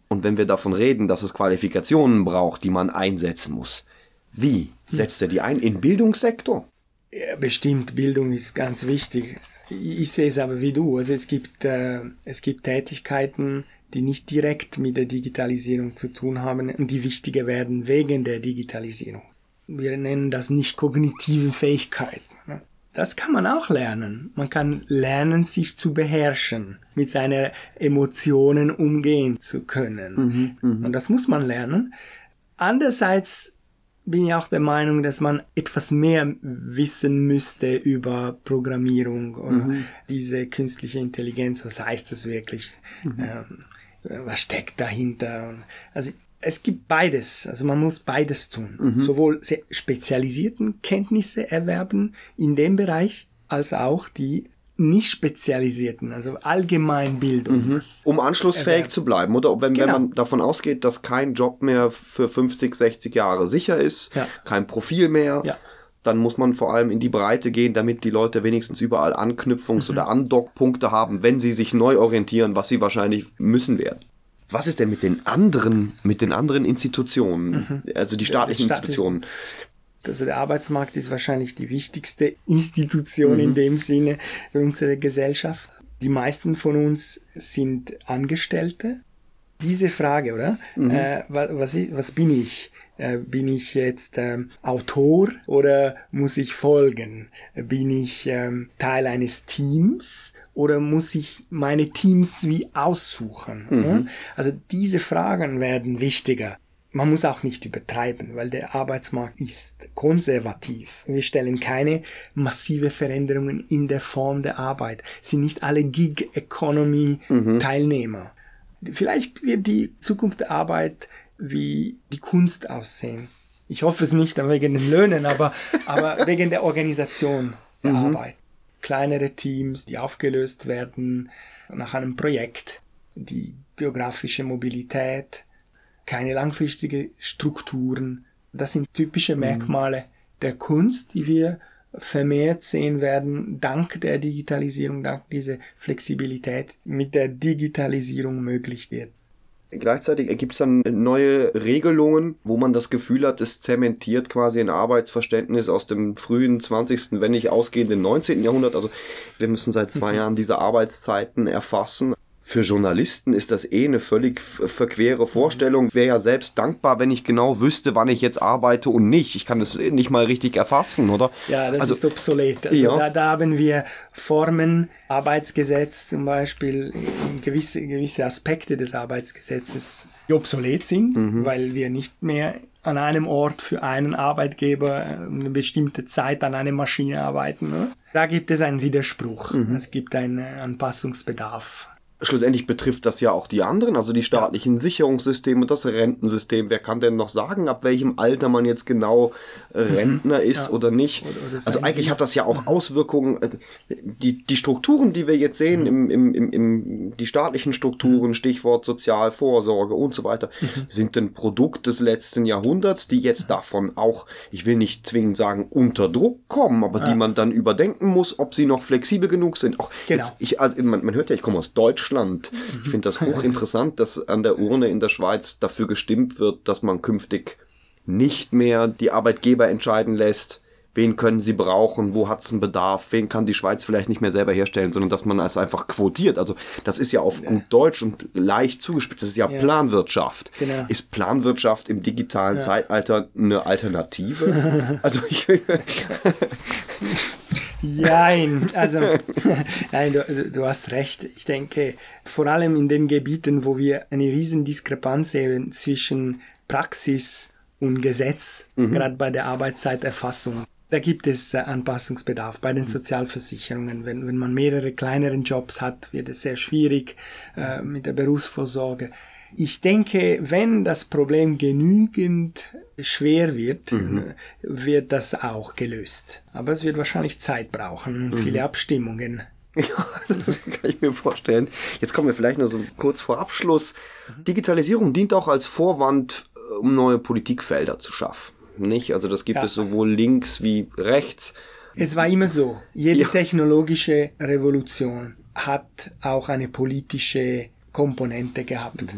Und wenn wir davon reden, dass es Qualifikationen braucht, die man einsetzen muss, wie setzt er die ein? Im Bildungssektor? Ja, bestimmt, Bildung ist ganz wichtig. Ich sehe es aber wie du. Also es gibt, äh, es gibt Tätigkeiten, die nicht direkt mit der Digitalisierung zu tun haben und die wichtiger werden wegen der Digitalisierung. Wir nennen das nicht kognitive Fähigkeiten. Das kann man auch lernen. Man kann lernen, sich zu beherrschen, mit seinen Emotionen umgehen zu können. Mhm, und das muss man lernen. Andererseits bin ich auch der Meinung, dass man etwas mehr wissen müsste über Programmierung oder mhm. diese künstliche Intelligenz. Was heißt das wirklich? Mhm. Ähm, was steckt dahinter? Also es gibt beides, also man muss beides tun. Mhm. Sowohl sehr spezialisierten Kenntnisse erwerben in dem Bereich, als auch die nicht spezialisierten, also Allgemeinbildung. Mhm. Um anschlussfähig erwerben. Zu bleiben, oder? Wenn, genau. wenn man davon ausgeht, dass kein Job mehr für fünfzig, sechzig Jahre sicher ist, ja. kein Profil mehr, ja. dann muss man vor allem in die Breite gehen, damit die Leute wenigstens überall Anknüpfungs- mhm. oder Andockpunkte haben, wenn sie sich neu orientieren, was sie wahrscheinlich müssen werden. Was ist denn mit den anderen, mit den anderen Institutionen, mhm. also die staatlichen ja, die Institutionen? Also der Arbeitsmarkt ist wahrscheinlich die wichtigste Institution mhm. in dem Sinne für unsere Gesellschaft. Die meisten von uns sind Angestellte. Diese Frage, oder? Mhm. Äh, was, ist, was bin ich? Äh, bin ich jetzt ähm, Autor oder muss ich folgen? Bin ich ähm, Teil eines Teams oder muss ich meine Teams wie aussuchen? Mhm. Ja? Also diese Fragen werden wichtiger. Man muss auch nicht übertreiben, weil der Arbeitsmarkt ist konservativ. Wir stellen keine massive Veränderungen in der Form der Arbeit. Es sind nicht alle Gig-Economy-Teilnehmer. Mhm. Vielleicht wird die Zukunft der Arbeit wie die Kunst aussehen. Ich hoffe es nicht wegen den Löhnen, aber, aber wegen der Organisation der mhm. Arbeit. Kleinere Teams, die aufgelöst werden nach einem Projekt, die geografische Mobilität, keine langfristige Strukturen. Das sind typische Merkmale mhm. der Kunst, die wir vermehrt sehen werden, dank der Digitalisierung, dank dieser Flexibilität mit der Digitalisierung möglich wird. Gleichzeitig ergibt es dann neue Regelungen, wo man das Gefühl hat, es zementiert quasi ein Arbeitsverständnis aus dem frühen zwanzigsten, wenn nicht ausgehenden neunzehnten Jahrhundert. Also wir müssen seit zwei mhm. Jahren diese Arbeitszeiten erfassen. Für Journalisten ist das eh eine völlig verquere Vorstellung. Wäre ja selbst dankbar, wenn ich genau wüsste, wann ich jetzt arbeite und nicht. Ich kann das nicht mal richtig erfassen, oder? Ja, das also, ist obsolet. Also ja. da, da haben wir Formen, Arbeitsgesetz zum Beispiel, gewisse, gewisse Aspekte des Arbeitsgesetzes, die obsolet sind, mhm. weil wir nicht mehr an einem Ort für einen Arbeitgeber eine bestimmte Zeit an einer Maschine arbeiten. Ne? Da gibt es einen Widerspruch. Mhm. Es gibt einen Anpassungsbedarf. Schlussendlich betrifft das ja auch die anderen, also die staatlichen ja. Sicherungssysteme, das Rentensystem. Wer kann denn noch sagen, ab welchem Alter man jetzt genau Rentner mhm. ist ja. oder nicht? Oder, oder also eigentlich hat das ja auch Auswirkungen. Die, die Strukturen, die wir jetzt sehen, mhm. im, im, im, die staatlichen Strukturen, Stichwort Sozialvorsorge und so weiter, mhm. sind ein Produkt des letzten Jahrhunderts, die jetzt davon auch, ich will nicht zwingend sagen, unter Druck kommen, aber ja. die man dann überdenken muss, ob sie noch flexibel genug sind. Auch genau. jetzt, ich, also man, man hört ja, ich komme aus Deutschland. Ich finde das hochinteressant, dass an der Urne in der Schweiz dafür gestimmt wird, dass man künftig nicht mehr die Arbeitgeber entscheiden lässt, wen können sie brauchen, wo hat es einen Bedarf, wen kann die Schweiz vielleicht nicht mehr selber herstellen, sondern dass man es einfach quotiert. Also das ist ja auf gut Deutsch und leicht zugespitzt, das ist ja, ja. Planwirtschaft. Genau. Ist Planwirtschaft im digitalen ja. Zeitalter eine Alternative? Also ich Nein, also nein, du, du hast recht. Ich denke, vor allem in den Gebieten, wo wir eine riesen Diskrepanz sehen zwischen Praxis und Gesetz, mhm. gerade bei der Arbeitszeiterfassung, da gibt es äh, Anpassungsbedarf bei den mhm. Sozialversicherungen. Wenn, wenn man mehrere kleineren Jobs hat, wird es sehr schwierig äh, mit der Berufsvorsorge. Ich denke, wenn das Problem genügend schwer wird, mhm. wird das auch gelöst. Aber es wird wahrscheinlich Zeit brauchen und mhm. viele Abstimmungen. Ja, das kann ich mir vorstellen. Jetzt kommen wir vielleicht noch so kurz vor Abschluss. Mhm. Digitalisierung dient auch als Vorwand, um neue Politikfelder zu schaffen. Nicht? Also das gibt ja. es sowohl links wie rechts. Es war immer so. Jede ja. technologische Revolution hat auch eine politische Komponente gehabt. Mhm.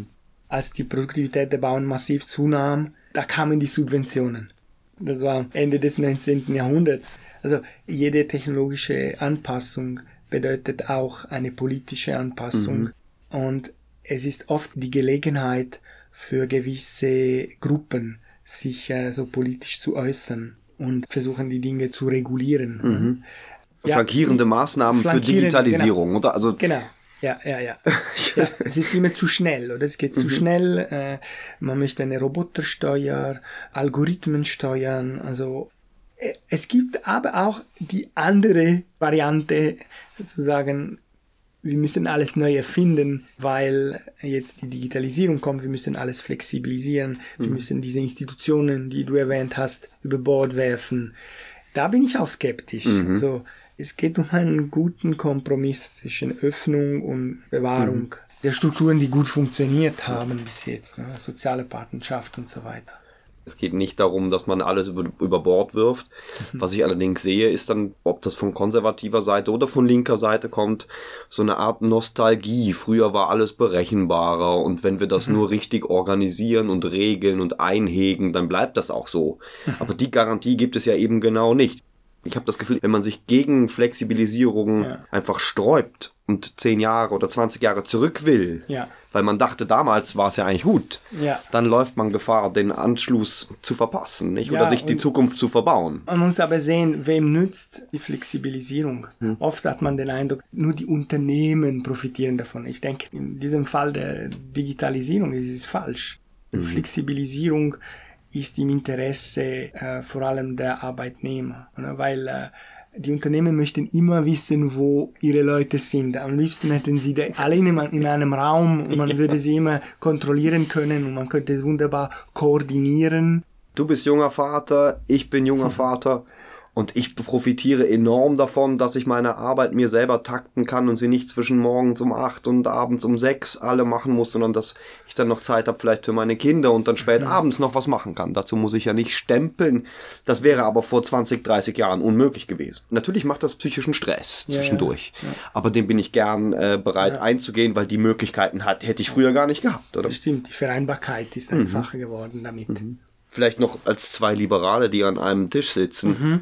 als die Produktivität der Bauern massiv zunahm, da kamen die Subventionen. Das war Ende des neunzehnten Jahrhunderts. Also jede technologische Anpassung bedeutet auch eine politische Anpassung. Mhm. Und es ist oft die Gelegenheit für gewisse Gruppen, sich äh, so politisch zu äußern und versuchen, die Dinge zu regulieren. Mhm. Ja, flankierende Maßnahmen für Digitalisierung, genau. oder? Also genau. Ja, ja, ja. ja. Es ist immer zu schnell, oder? Es geht zu mhm. schnell. Äh, man möchte eine Robotersteuer, Algorithmen steuern. Also äh, es gibt aber auch die andere Variante, sozusagen, wir müssen alles neu erfinden, weil jetzt die Digitalisierung kommt. Wir müssen alles flexibilisieren. Mhm. Wir müssen diese Institutionen, die du erwähnt hast, über Bord werfen. Da bin ich auch skeptisch. Mhm. Also, es geht um einen guten Kompromiss zwischen Öffnung und Bewahrung mhm. der Strukturen, die gut funktioniert haben bis jetzt, ne? Soziale Partnerschaft und so weiter. Es geht nicht darum, dass man alles über, über Bord wirft. Mhm. Was ich allerdings sehe, ist dann, ob das von konservativer Seite oder von linker Seite kommt, so eine Art Nostalgie. Früher war alles berechenbarer und wenn wir das mhm. nur richtig organisieren und regeln und einhegen, dann bleibt das auch so. Mhm. Aber die Garantie gibt es ja eben genau nicht. Ich habe das Gefühl, wenn man sich gegen Flexibilisierung ja. einfach sträubt und zehn Jahre oder zwanzig Jahre zurück will, ja. weil man dachte, damals war es ja eigentlich gut, ja. dann läuft man Gefahr, den Anschluss zu verpassen, nicht? Oder ja, sich die Zukunft zu verbauen. Man muss aber sehen, wem nützt die Flexibilisierung? Hm. Oft hat man den Eindruck, nur die Unternehmen profitieren davon. Ich denke, in diesem Fall der Digitalisierung ist es falsch. Die hm. Flexibilisierung ist im Interesse äh, vor allem der Arbeitnehmer, oder? Weil äh, die Unternehmen möchten immer wissen, wo ihre Leute sind. Am liebsten hätten sie alle in einem, in einem Raum und man würde sie immer kontrollieren können und man könnte es wunderbar koordinieren. Du bist junger Vater, ich bin junger Vater. Und ich profitiere enorm davon, dass ich meine Arbeit mir selber takten kann und sie nicht zwischen morgens um acht und abends um sechs alle machen muss, sondern dass ich dann noch Zeit habe vielleicht für meine Kinder und dann spät mhm. abends noch was machen kann. Dazu muss ich ja nicht stempeln. Das wäre aber vor zwanzig, dreißig Jahren unmöglich gewesen. Natürlich macht das psychischen Stress ja, zwischendurch. Ja, ja. Aber den bin ich gern äh, bereit ja. einzugehen, weil die Möglichkeiten hat, hätte ich früher gar nicht gehabt, oder? Stimmt, die Vereinbarkeit ist einfacher mhm. geworden damit. Mhm. Vielleicht noch als zwei Liberale, die an einem Tisch sitzen. Mhm.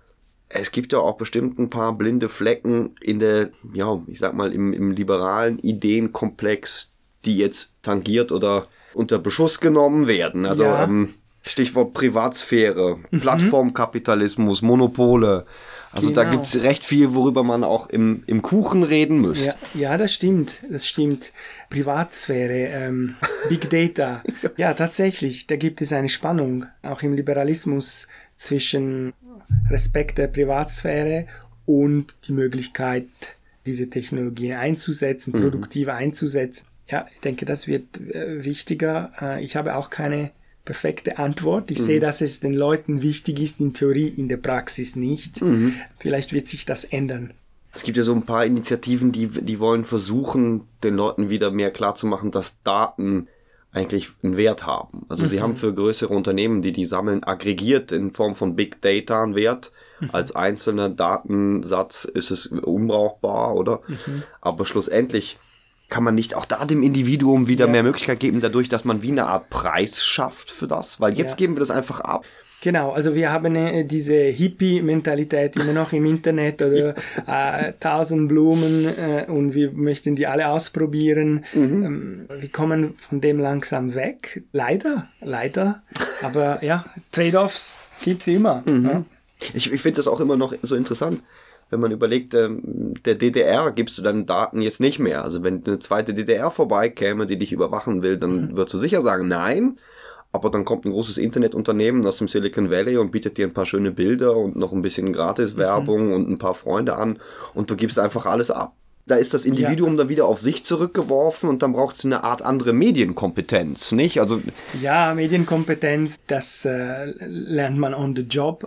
Es gibt ja auch bestimmt ein paar blinde Flecken in der, ja, ich sag mal, im, im liberalen Ideenkomplex, die jetzt tangiert oder unter Beschuss genommen werden. Also ja. ähm, Stichwort Privatsphäre, mhm. Plattformkapitalismus, Monopole. Also genau. Da gibt es recht viel, worüber man auch im, im Kuchen reden muss. Ja, ja, das stimmt, das stimmt. Privatsphäre, ähm, Big Data. Ja, tatsächlich, da gibt es eine Spannung, auch im Liberalismus, zwischen Respekt der Privatsphäre und die Möglichkeit, diese Technologien einzusetzen, mhm. produktiv einzusetzen. Ja, ich denke, das wird äh, wichtiger. Äh, ich habe auch keine perfekte Antwort. Ich mhm. sehe, dass es den Leuten wichtig ist, in Theorie, in der Praxis nicht. Mhm. Vielleicht wird sich das ändern. Es gibt ja so ein paar Initiativen, die, die wollen versuchen, den Leuten wieder mehr klarzumachen, dass Daten eigentlich einen Wert haben. Also mhm. sie haben für größere Unternehmen, die die sammeln, aggregiert in Form von Big Data einen Wert. Mhm. Als einzelner Datensatz ist es unbrauchbar, oder? Mhm. Aber schlussendlich kann man nicht auch da dem Individuum wieder ja. mehr Möglichkeit geben, dadurch, dass man wie eine Art Preis schafft für das? Weil jetzt ja. geben wir das einfach ab. Genau, also wir haben äh, diese Hippie-Mentalität immer noch im Internet oder äh, tausend Blumen äh, und wir möchten die alle ausprobieren. Mhm. Ähm, wir kommen von dem langsam weg. Leider, leider. Aber ja, Trade-offs gibt's immer. Mhm. Ja. Ich, ich finde das auch immer noch so interessant, wenn man überlegt, ähm, der D D R gibst du deine Daten jetzt nicht mehr. Also wenn eine zweite D D R vorbeikäme, die dich überwachen will, dann mhm. würdest du sicher sagen, nein. Aber dann kommt ein großes Internetunternehmen aus dem Silicon Valley und bietet dir ein paar schöne Bilder und noch ein bisschen Gratiswerbung mhm. und ein paar Freunde an und du gibst einfach alles ab. Da ist das Individuum ja. dann wieder auf sich zurückgeworfen und dann braucht es eine Art andere Medienkompetenz, nicht? Also ja, Medienkompetenz, das äh, lernt man on the job.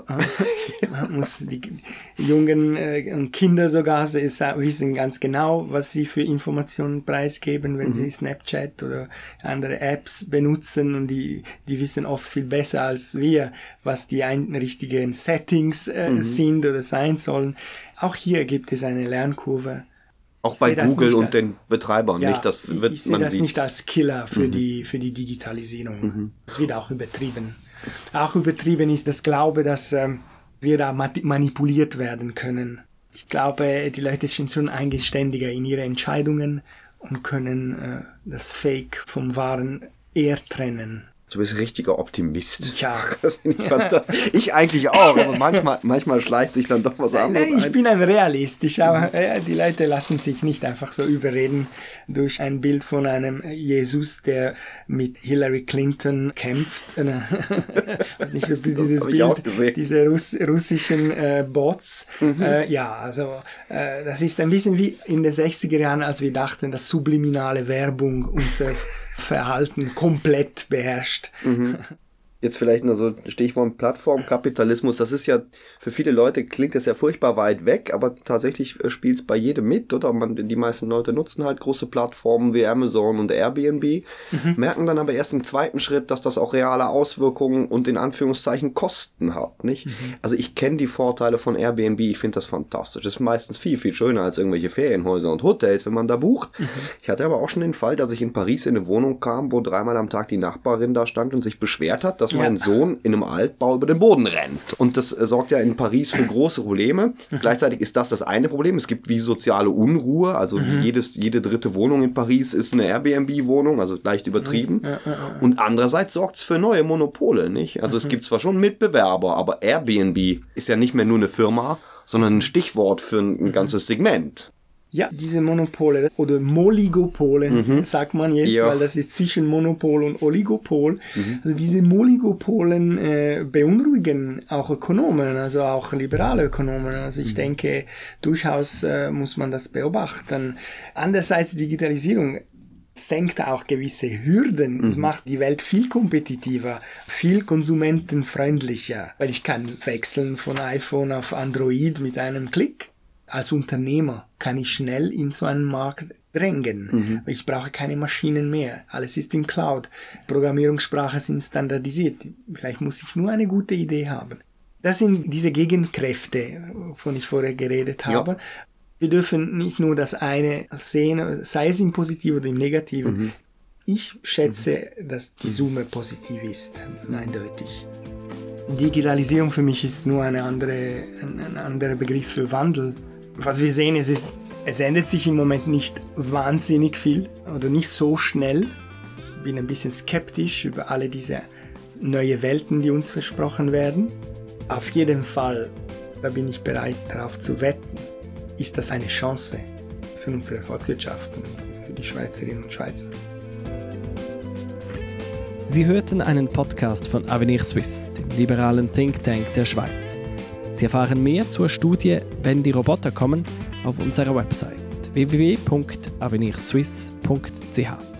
Man muss die Jungen äh, und Kinder sogar wissen ganz genau, was sie für Informationen preisgeben, wenn mhm. sie Snapchat oder andere Apps benutzen und die, die wissen oft viel besser als wir, was die ein, richtigen Settings äh, mhm. sind oder sein sollen. Auch hier gibt es eine Lernkurve. Auch bei Google und als, den Betreibern ja, nicht. Das wird, ich, ich sehe das sieht. nicht als Killer für, mhm. die, für die Digitalisierung. Mhm. Das wird auch übertrieben. Auch übertrieben ist das Glaube, dass ähm, wir da manipuliert werden können. Ich glaube, die Leute sind schon eigenständiger in ihre Entscheidungen und können äh, das Fake vom Wahren eher trennen. Du bist ein richtiger Optimist. Ja. Das finde ich fantastisch. Ich eigentlich auch, aber manchmal, manchmal schleicht sich dann doch was anderes ein. Ich ein. bin ein Realist. Ich habe, äh, die Leute lassen sich nicht einfach so überreden durch ein Bild von einem Jesus, der mit Hillary Clinton kämpft. Ich weiß nicht, ob du dieses Bild, diese Russ, russischen äh, Bots. Mhm. Äh, ja, also äh, das ist ein bisschen wie in den sechziger Jahren, als wir dachten, dass subliminale Werbung unser Verhalten komplett beherrscht. Mhm. Jetzt vielleicht nur so Stichwort Plattformkapitalismus. Das ist ja, für viele Leute klingt das ja furchtbar weit weg, aber tatsächlich spielt es bei jedem mit, oder? Man, die meisten Leute nutzen halt große Plattformen wie Amazon und Airbnb, mhm. merken dann aber erst im zweiten Schritt, dass das auch reale Auswirkungen und in Anführungszeichen Kosten hat, nicht? Mhm. Also ich kenne die Vorteile von Airbnb, ich finde das fantastisch. Das ist meistens viel, viel schöner als irgendwelche Ferienhäuser und Hotels, wenn man da bucht. Mhm. Ich hatte aber auch schon den Fall, dass ich in Paris in eine Wohnung kam, wo dreimal am Tag die Nachbarin da stand und sich beschwert hat, dass mein ja. Sohn in einem Altbau über den Boden rennt. Und das äh, sorgt ja in Paris für große Probleme. Mhm. Gleichzeitig ist das das eine Problem. Es gibt wie soziale Unruhe. Also mhm. jedes, jede dritte Wohnung in Paris ist eine Airbnb-Wohnung, also leicht übertrieben. Mhm. Ja, ja, ja. Und andererseits sorgt es für neue Monopole, nicht? Also mhm. es gibt zwar schon Mitbewerber, aber Airbnb ist ja nicht mehr nur eine Firma, sondern ein Stichwort für ein, ein ganzes Segment. Ja, diese Monopole oder Moligopole, mhm. sagt man jetzt, ja. weil das ist zwischen Monopol und Oligopol. Mhm. Also diese Moligopolen äh, beunruhigen auch Ökonomen, also auch liberale Ökonomen. Also ich mhm. denke, durchaus äh, muss man das beobachten. Andererseits Digitalisierung senkt auch gewisse Hürden. Es mhm. macht die Welt viel kompetitiver, viel konsumentenfreundlicher, weil ich kann wechseln von iPhone auf Android mit einem Klick. Als Unternehmer kann ich schnell in so einen Markt drängen. Mhm. Ich brauche keine Maschinen mehr. Alles ist im Cloud. Programmierungssprachen sind standardisiert. Vielleicht muss ich nur eine gute Idee haben. Das sind diese Gegenkräfte, von ich vorher geredet habe. Ja. Wir dürfen nicht nur das eine sehen, sei es im Positiven oder im Negativen. Mhm. Ich schätze, mhm. dass die Summe positiv ist, eindeutig. Digitalisierung für mich ist nur eine andere, ein, ein anderer Begriff für Wandel. Was wir sehen, es, ist, es ändert sich im Moment nicht wahnsinnig viel oder nicht so schnell. Ich bin ein bisschen skeptisch über alle diese neuen Welten, die uns versprochen werden. Auf jeden Fall, da bin ich bereit darauf zu wetten, ist das eine Chance für unsere Volkswirtschaften, für die Schweizerinnen und Schweizer. Sie hörten einen Podcast von Avenir Suisse, dem liberalen Think Tank der Schweiz. Sie erfahren mehr zur Studie «Wenn die Roboter kommen» auf unserer Website w w w punkt avenir suisse punkt c h.